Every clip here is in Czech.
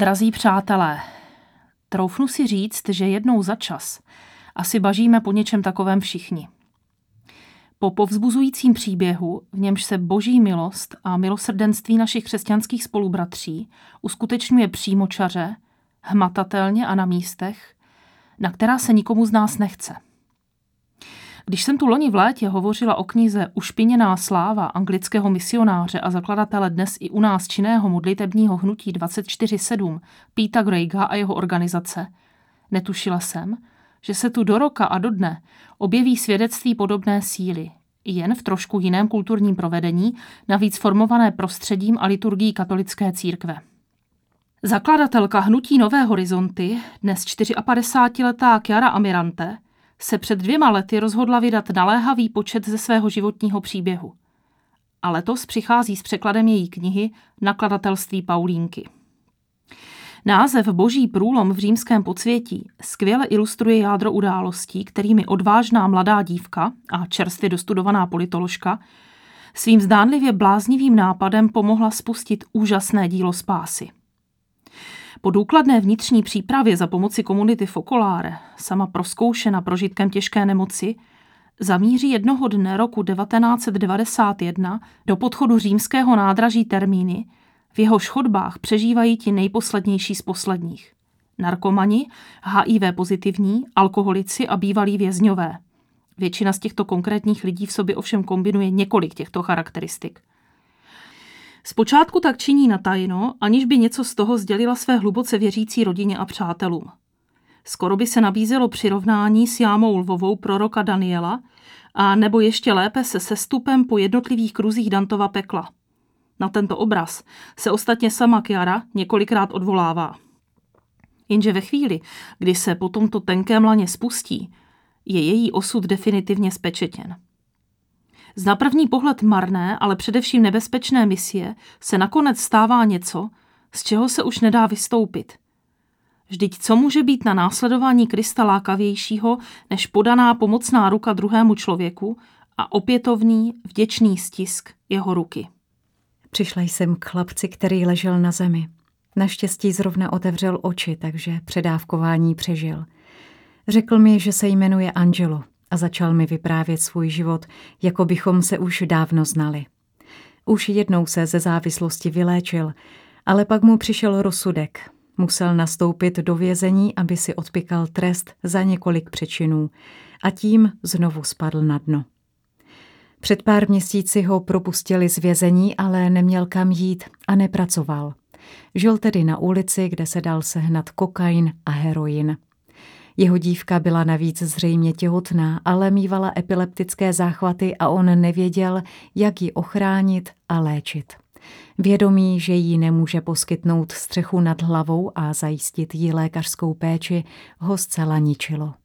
Drazí přátelé, troufnu si říct, že jednou za čas asi bažíme po něčem takovém všichni. Po povzbuzujícím příběhu, v němž se boží milost a milosrdenství našich křesťanských spolubratří uskutečňuje přímočaře, hmatatelně a na místech, na která se nikomu z nás nechce. Když jsem tu loni v létě hovořila o knize Ušpiněná sláva anglického misionáře a zakladatele dnes i u nás činného modlitebního hnutí 24/7 Peta Craiga a jeho organizace, netušila jsem, že se tu do roka a do dne objeví svědectví podobné síly, jen v trošku jiném kulturním provedení, navíc formované prostředím a liturgií katolické církve. Zakladatelka hnutí Nové horizonty, dnes 54letá Chiara Amirante, se před 2 lety rozhodla vydat naléhavý počet ze svého životního příběhu. A letos přichází s překladem její knihy Nakladatelství Paulínky. Název Boží průlom v římském podsvětí skvěle ilustruje jádro událostí, kterými odvážná mladá dívka a čerstvě dostudovaná politoložka svým zdánlivě bláznivým nápadem pomohla spustit úžasné dílo spásy. Po důkladné vnitřní přípravě za pomoci komunity Focolare, sama prozkoušena prožitkem těžké nemoci, zamíří jednoho dne roku 1991 do podchodu římského nádraží Termíny, v jehož chodbách přežívají ti nejposlednější z posledních. Narkomani, HIV pozitivní, alkoholici a bývalí vězňové. Většina z těchto konkrétních lidí v sobě ovšem kombinuje několik těchto charakteristik. Zpočátku tak činí natajno, aniž by něco z toho sdělila své hluboce věřící rodině a přátelům. Skoro by se nabízelo přirovnání s jámou lvovou proroka Daniela a nebo ještě lépe se sestupem po jednotlivých kruzích Dantova pekla. Na tento obraz se ostatně sama Chiara několikrát odvolává. Jenže ve chvíli, kdy se po tomto tenkém laně spustí, je její osud definitivně spečetěn. Z na první pohled marné, ale především nebezpečné misie se nakonec stává něco, z čeho se už nedá vystoupit. Vždyť co může být na následování Krista lákavějšího, než podaná pomocná ruka druhému člověku a opětovný, vděčný stisk jeho ruky. Přišla jsem k chlapci, který ležel na zemi. Naštěstí zrovna otevřel oči, takže předávkování přežil. Řekl mi, že se jmenuje Angelo a začal mi vyprávět svůj život, jako bychom se už dávno znali. Už jednou se ze závislosti vyléčil, ale pak mu přišel rozsudek. Musel nastoupit do vězení, aby si odpykal trest za několik přečinů a tím znovu spadl na dno. Před pár měsíci ho propustili z vězení, ale neměl kam jít a nepracoval. Žil tedy na ulici, kde se dal sehnat kokain a heroin. Jeho dívka byla navíc zřejmě těhotná, ale mívala epileptické záchvaty a on nevěděl, jak ji ochránit a léčit. Vědomí, že jí nemůže poskytnout střechu nad hlavou a zajistit jí lékařskou péči, ho zcela ničilo.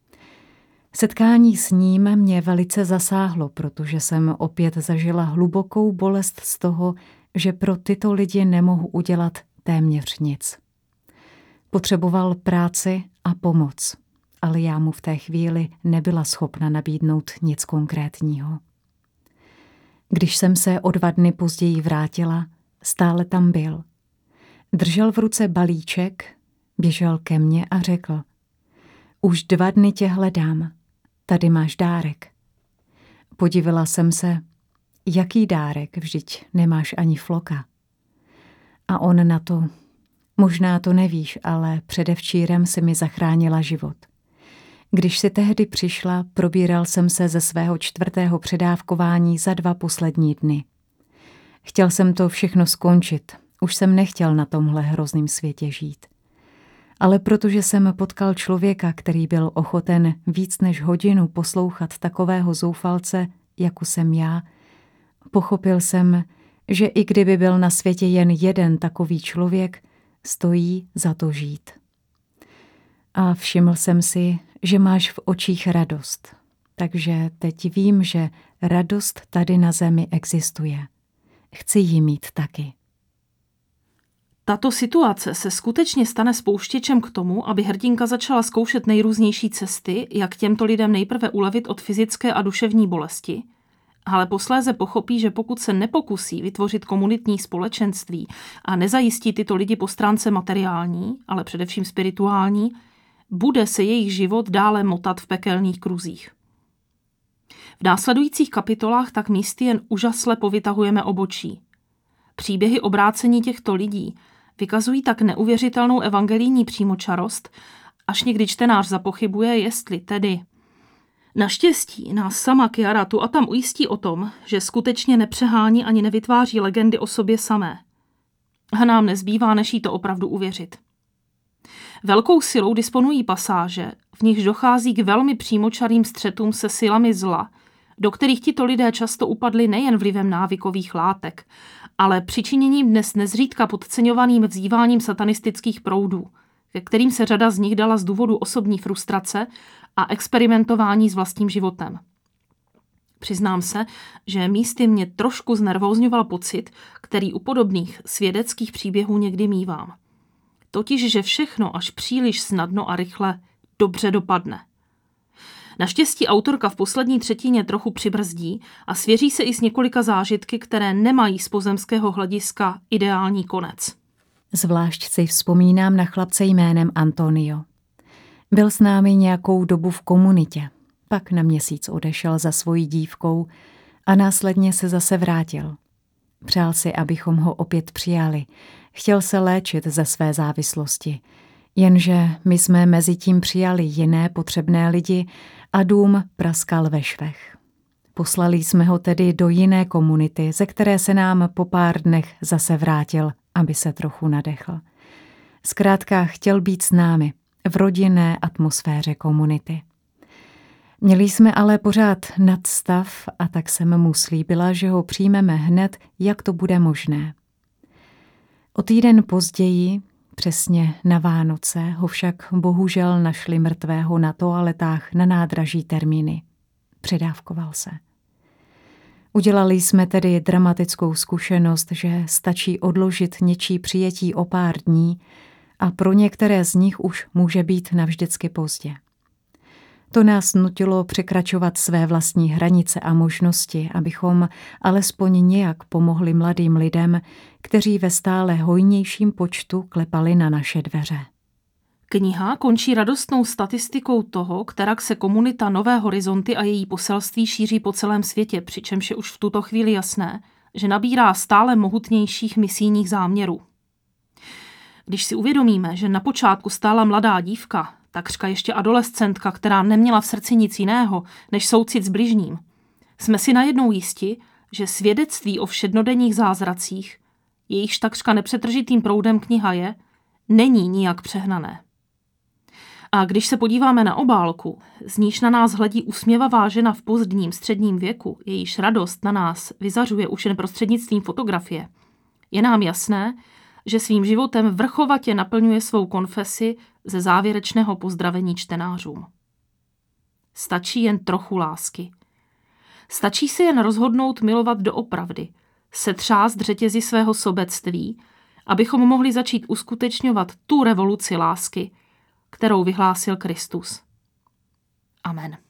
Setkání s ním mě velice zasáhlo, protože jsem opět zažila hlubokou bolest z toho, že pro tyto lidi nemohu udělat téměř nic. Potřeboval práci a pomoc, ale já mu v té chvíli nebyla schopna nabídnout nic konkrétního. Když jsem se o 2 dny později vrátila, stále tam byl. Držel v ruce balíček, běžel ke mně a řekl: Už 2 dny tě hledám, tady máš dárek. Podívila jsem se, jaký dárek, vždyť nemáš ani floka. A on na to: Možná to nevíš, ale předevčírem si mi zachránila život. Když si tehdy přišla, probíral jsem se ze svého 4. předávkování za 2 poslední dny. Chtěl jsem to všechno skončit, už jsem nechtěl na tomhle hrozným světě žít. Ale protože jsem potkal člověka, který byl ochoten víc než hodinu poslouchat takového zoufalce, jako jsem já, pochopil jsem, že i kdyby byl na světě jen jeden takový člověk, stojí za to žít. A všiml jsem si, že máš v očích radost. Takže teď vím, že radost tady na zemi existuje. Chci ji mít taky. Tato situace se skutečně stane spouštěčem k tomu, aby hrdinka začala zkoušet nejrůznější cesty, jak těmto lidem nejprve ulevit od fyzické a duševní bolesti ale posléze pochopí, že pokud se nepokusí vytvořit komunitní společenství a nezajistí tyto lidi po stránce materiální, ale především spirituální, bude se jejich život dále motat v pekelných kruzích. V následujících kapitolách tak místy jen úžasle povytahujeme obočí. Příběhy obrácení těchto lidí vykazují tak neuvěřitelnou evangelijní přímočarost, až někdy čtenář zapochybuje, jestli tedy. Naštěstí nás sama Chiara tu a tam ujistí o tom, že skutečně nepřehání ani nevytváří legendy o sobě samé. A nám nezbývá, než jí to opravdu uvěřit. Velkou silou disponují pasáže, v nichž dochází k velmi přímočarým střetům se silami zla, do kterých tito lidé často upadli nejen vlivem návykových látek, ale přičiněním dnes nezřídka podceňovaným vzýváním satanistických proudů, ke kterým se řada z nich dala z důvodu osobní frustrace a experimentování s vlastním životem. Přiznám se, že místy mě trošku znervózňoval pocit, který u podobných svědeckých příběhů někdy mívám. Totiž, že všechno až příliš snadno a rychle dobře dopadne. Naštěstí autorka v poslední třetině trochu přibrzdí a svěří se i s několika zážitky, které nemají z pozemského hlediska ideální konec. Zvlášť si vzpomínám na chlapce jménem Antonio. Byl s námi nějakou dobu v komunitě, pak na měsíc odešel za svojí dívkou a následně se zase vrátil. Přál si, abychom ho opět přijali. Chtěl se léčit ze své závislosti, jenže my jsme mezi tím přijali jiné potřebné lidi a dům praskal ve švech. Poslali jsme ho tedy do jiné komunity, ze které se nám po pár dnech zase vrátil, aby se trochu nadechl. Zkrátka chtěl být s námi v rodinné atmosféře komunity. Měli jsme ale pořád nadstav a tak jsem mu slíbila, že ho přijmeme hned, jak to bude možné. O týden později, přesně na Vánoce, ho však bohužel našli mrtvého na toaletách na nádraží Termíny. Předávkoval se. Udělali jsme tedy dramatickou zkušenost, že stačí odložit něčí přijetí o pár dní a pro některé z nich už může být navždycky pozdě. To nás nutilo překračovat své vlastní hranice a možnosti, abychom alespoň nějak pomohli mladým lidem, kteří ve stále hojnějším počtu klepali na naše dveře. Kniha končí radostnou statistikou toho, kterak se komunita Nové horizonty a její poselství šíří po celém světě, přičemž je už v tuto chvíli jasné, že nabírá stále mohutnějších misijních záměrů. Když si uvědomíme, že na počátku stála mladá dívka, takřka ještě adolescentka, která neměla v srdci nic jiného, než soucit s bližním, jsme si najednou jisti, že svědectví o všednodenních zázracích, jejichž takřka nepřetržitým proudem kniha je, není nijak přehnané. A když se podíváme na obálku, z níž na nás hledí usměvavá žena v pozdním středním věku, jejíž radost na nás vyzařuje už jen prostřednictvím fotografie, je nám jasné, že svým životem vrchovatě naplňuje svou konfesi ze závěrečného pozdravení čtenářům. Stačí jen trochu lásky. Stačí se jen rozhodnout milovat doopravdy, setřást řetězy svého sobectví, abychom mohli začít uskutečňovat tu revoluci lásky, kterou vyhlásil Kristus. Amen.